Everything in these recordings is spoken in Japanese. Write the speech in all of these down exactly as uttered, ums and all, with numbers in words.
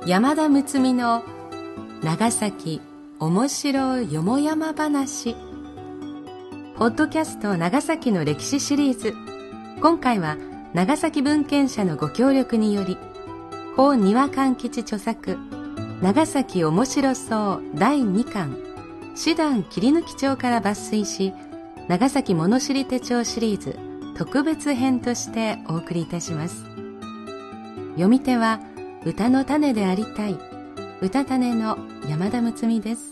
山田睦美の長崎おもしろよもやま話。ポッドキャスト長崎の歴史シリーズ。今回は長崎文献社のご協力により、法庭勘吉著作長崎おもしろそうだいにかん師団切抜帳から抜粋し、長崎物知り手帳シリーズ特別編としてお送りいたします。読み手は歌の種でありたい歌種の山田睦美です。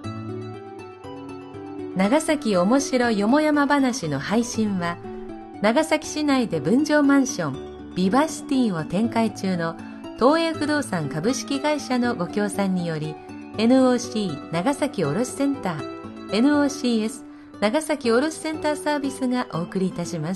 長崎おもしろよもやま話の配信は、長崎市内で分譲マンションビバシティを展開中の東映不動産株式会社のご協賛により、 エヌオーシー 長崎卸センター エヌオーシーエス 長崎卸センターサービスがお送りいたします。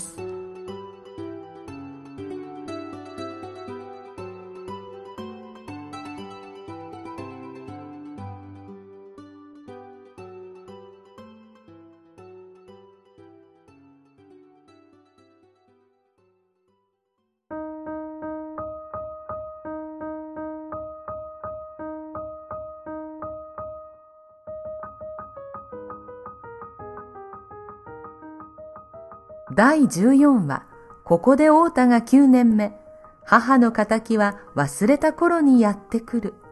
だいじゅうよんわ、ここで会うたがきゅうねんめ、母の仇は忘れた頃にやってくる。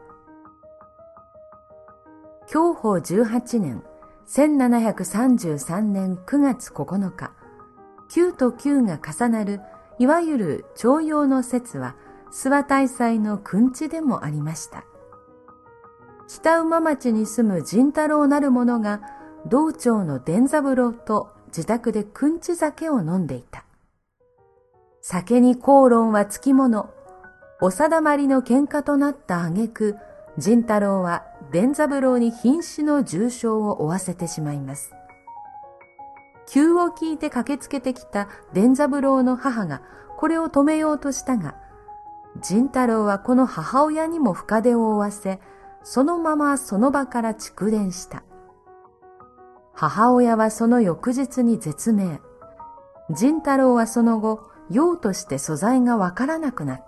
享保じゅうはちねん、せんななひゃくさんじゅうさんねんくがつここのか、きゅうときゅうが重なるいわゆる重陽の節は諏訪大祭のくんちでもありました。北馬町に住む仁太郎なる者が道長の伝三郎と自宅でくんち酒を飲んでいた。酒に口論はつきもの、お定まりの喧嘩となった挙句、仁太郎は伝三郎に瀕死の重傷を負わせてしまいます。急を聞いて駆けつけてきた伝三郎の母がこれを止めようとしたが、仁太郎はこの母親にも深手を負わせ、そのままその場から逐電した。母親はその翌日に絶命。仁太郎はその後、養として所在がわからなくなった。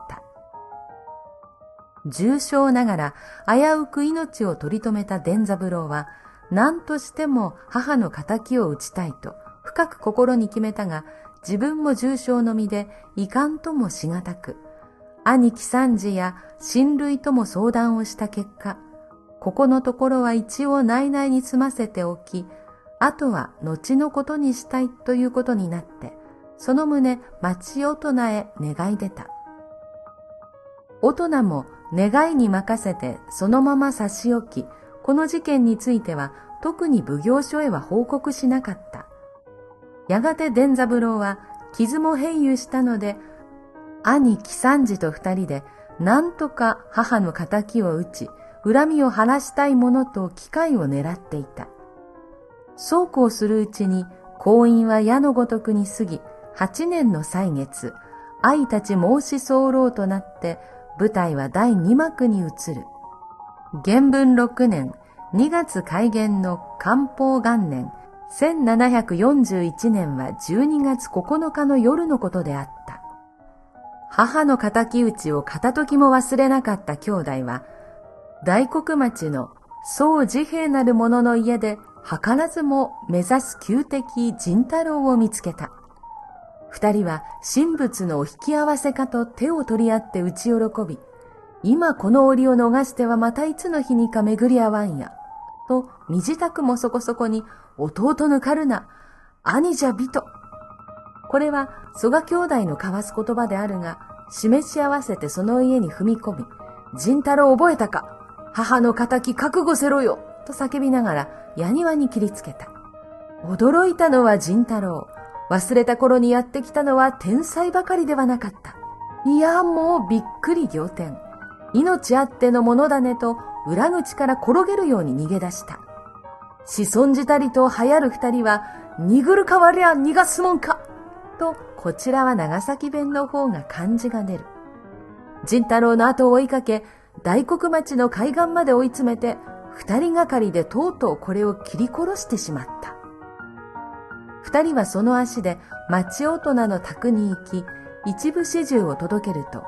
重傷ながら危うく命を取り留めた伝三郎は、何としても母の仇を討ちたいと深く心に決めたが、自分も重傷の身でいかんともしがたく、兄貴三次や親類とも相談をした結果、ここのところは一応内々に済ませておき、あとは後のことにしたいということになって、その旨町大人へ願い出た。大人も願いに任せてそのまま差し置き、この事件については特に奉行所へは報告しなかった。やがて伝三郎は傷も併誘したので、兄貴三次と二人で何とか母の仇を討ち、恨みを晴らしたいものと機会を狙っていた。そうこうするうちに、婚姻は矢のごとくに過ぎ、八年の歳月、愛たち申し候となって、舞台はだいにまくに移る。元文ろくねん、にがつ開元の寛宝元年、せんななひゃくよんじゅういちねんはじゅうにがつここのかの夜のことであった。母の仇討ちを片時も忘れなかった兄弟は、大黒町の宋治兵衛なる者の家で、図らずも目指す旧敵仁太郎を見つけた。二人は神仏のお引き合わせかと手を取り合って打ち喜び、今この折を逃してはまたいつの日にか巡り合わんや、と身支度もそこそこに、弟抜かるな、兄じゃびと。これは曽我兄弟の交わす言葉であるが、示し合わせてその家に踏み込み、仁太郎覚えたか、母の仇覚悟せろよ、と叫びながら矢庭に切りつけた。驚いたのは仁太郎。忘れた頃にやってきたのは天才ばかりではなかった。いや、もうびっくり仰天。命あってのものだねと裏口から転げるように逃げ出した。子孫じたりと流行る二人は、逃ぐるかわりゃ逃がすもんかと、こちらは長崎弁の方が感じが出る。仁太郎の後を追いかけ、大黒町の海岸まで追い詰めて、二人がかりでとうとうこれを切り殺してしまった。二人はその足で町大人の宅に行き、一部始終を届けると、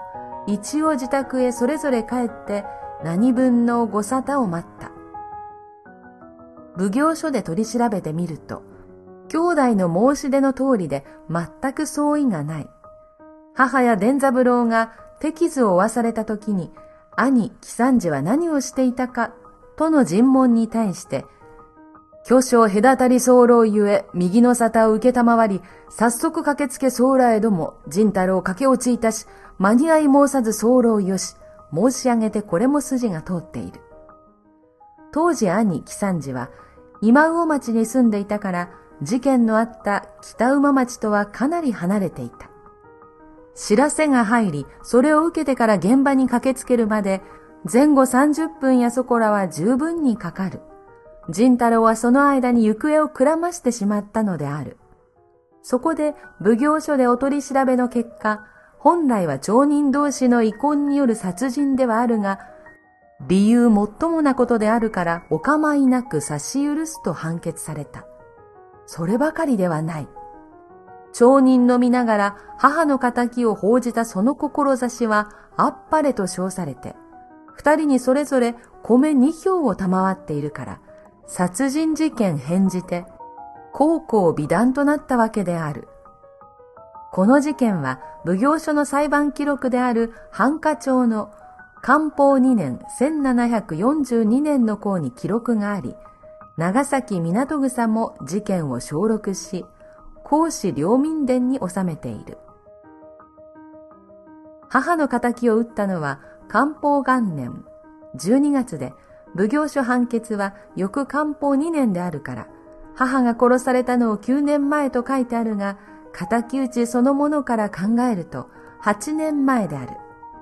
一応自宅へそれぞれ帰って何分のご沙汰を待った。奉行所で取り調べてみると、兄弟の申し出の通りで全く相違がない。母や伝三郎が手傷を負わされた時に、兄喜三次は何をしていたかとの尋問に対して、巨匠隔たり候ゆえ右の沙汰を受けたまわり、早速駆けつけ候へども陣太郎駆け落ちいたし、間に合い申さず候よし、申し上げてこれも筋が通っている。当時兄喜三次は今魚町に住んでいたから、事件のあった北馬町とはかなり離れていた。知らせが入り、それを受けてから現場に駆けつけるまで、前後さんじゅっぷんやそこらは十分にかかる。陣太郎はその間に行方をくらましてしまったのである。そこで奉行所でお取り調べの結果、本来は町人同士の遺恨による殺人ではあるが、理由もっともなことであるからお構いなく差し許すと判決された。そればかりではない。町人の見ながら母の仇を報じたその志はあっぱれと称されて、二人にそれぞれ米二票を賜っているから、殺人事件変じて、高校美談となったわけである。この事件は奉行所の裁判記録である繁華町の寛保にねんせんななひゃくよんじゅうにねんの項に記録があり、長崎港草も事件を抄録し、公私両民伝に収めている。母の仇を討ったのは寛保元年じゅうにがつで、奉行所判決は翌寛保にねんであるから、母が殺されたのをきゅうねんまえと書いてあるが、仇討ちそのものから考えるとはちねんまえである。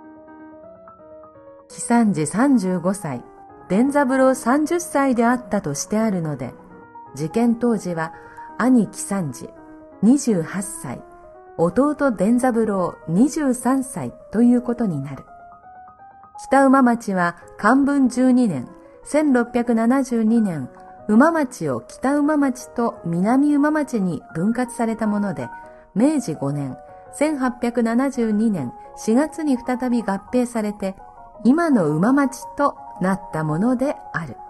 喜三次さんじゅうごさい、伝三郎さんじゅっさいであったとしてあるので、事件当時は兄喜三次にじゅうはっさい、弟伝三郎にじゅうさんさいということになる。北馬町は寛文じゅうにねんせんろっぴゃくななじゅうにねん、馬町を北馬町と南馬町に分割されたもので、めいじごねんせんはっぴゃくななじゅうにねんしがつに再び合併されて、今の馬町となったものである。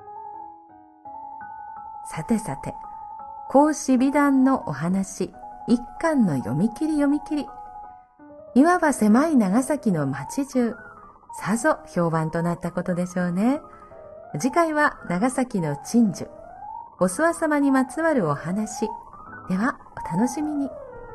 さてさて、公私美談のお話、一巻の読み切り読み切り。いわば狭い長崎の町中、さぞ評判となったことでしょうね。次回は長崎の鎮守、お諏訪様にまつわるお話。では、お楽しみに。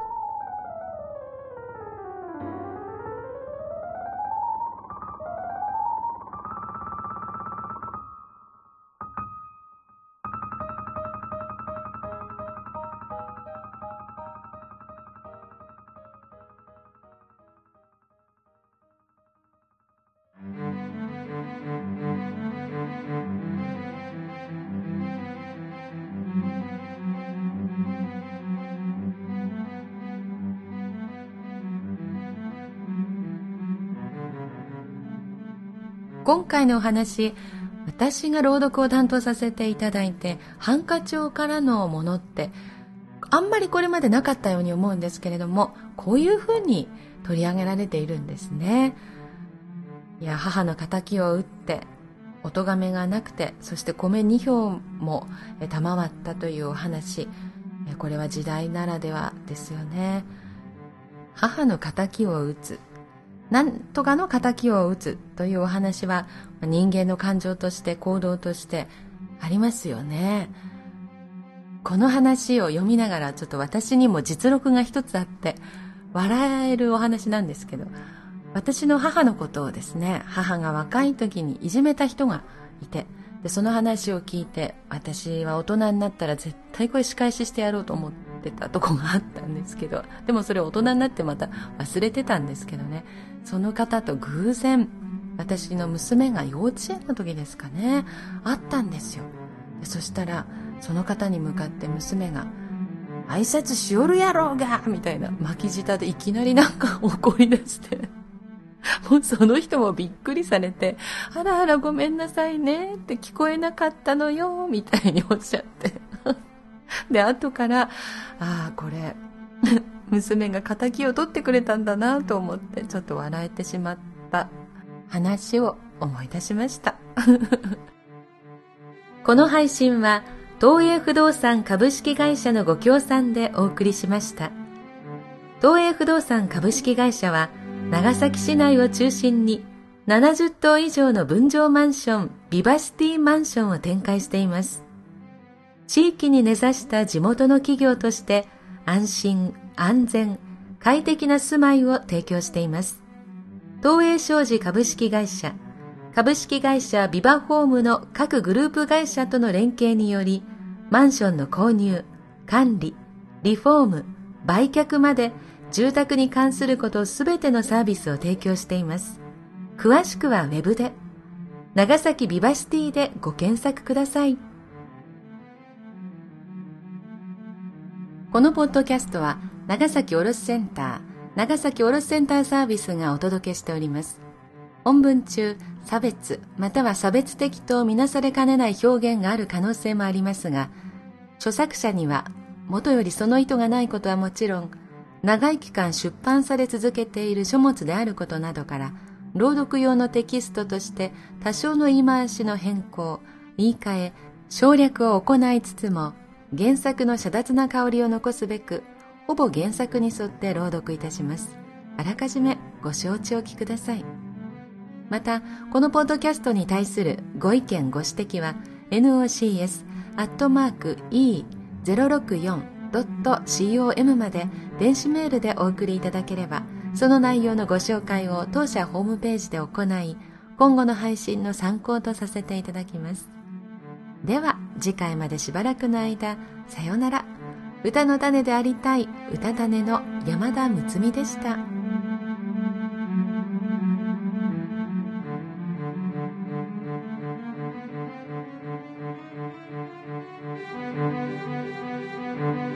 今回のお話、私が朗読を担当させていただいて、繁華町からのものってあんまりこれまでなかったように思うんですけれども、こういうふうに取り上げられているんですね。いや、母の仇を討ってお咎めがなくて、そして米に票も賜ったというお話、これは時代ならではですよね。母の仇を討つ、なんとかの仇を討つというお話は人間の感情として行動としてありますよね。この話を読みながらちょっと私にも実録が一つあって笑えるお話なんですけど、私の母のことをですね、母が若い時にいじめた人がいて、でその話を聞いて、私は大人になったら絶対これ仕返ししてやろうと思ってたとこがあったんですけど、でもそれ大人になってまた忘れてたんですけどね、その方と偶然私の娘が幼稚園の時ですかね、会ったんですよ。でそしたらその方に向かって娘が挨拶しよるやろうがみたいな巻き舌でいきなりなんか怒り出してもうその人もびっくりされて、あらあらごめんなさいねって聞こえなかったのよみたいにおっしゃってで後から、ああこれ娘が仇を取ってくれたんだなと思ってちょっと笑えてしまった話を思い出しましたこの配信は東映不動産株式会社のご協賛でお送りしました。東映不動産株式会社は長崎市内を中心にななじゅっとう以上の分譲マンションビバシティマンションを展開しています。地域に根ざした地元の企業として安心安全快適な住まいを提供しています。東映商事株式会社株式会社ビバホームの各グループ会社との連携によりマンションの購入管理リフォーム売却まで住宅に関することすべてのサービスを提供しています。詳しくはウェブで長崎ビバシティでご検索ください。このポッドキャストは長崎卸センター長崎卸センターサービスがお届けしております。本文中差別または差別的とみなされかねない表現がある可能性もありますが、著作者には元よりその意図がないことはもちろん、長い期間出版され続けている書物であることなどから、朗読用のテキストとして多少の言い回しの変更、言い換え、省略を行いつつも、原作の遮奪な香りを残すべく、ほぼ原作に沿って朗読いたします。あらかじめご承知おきください。また、このポッドキャストに対するご意見ご指摘は、ノーシーエス アットマーク イーゼロろくよん ドット コム まで電子メールでお送りいただければ、その内容のご紹介を当社ホームページで行い、今後の配信の参考とさせていただきます。では、次回までしばらくの間、さようなら。歌の種でありたい歌種の山田睦美でした。Thank you.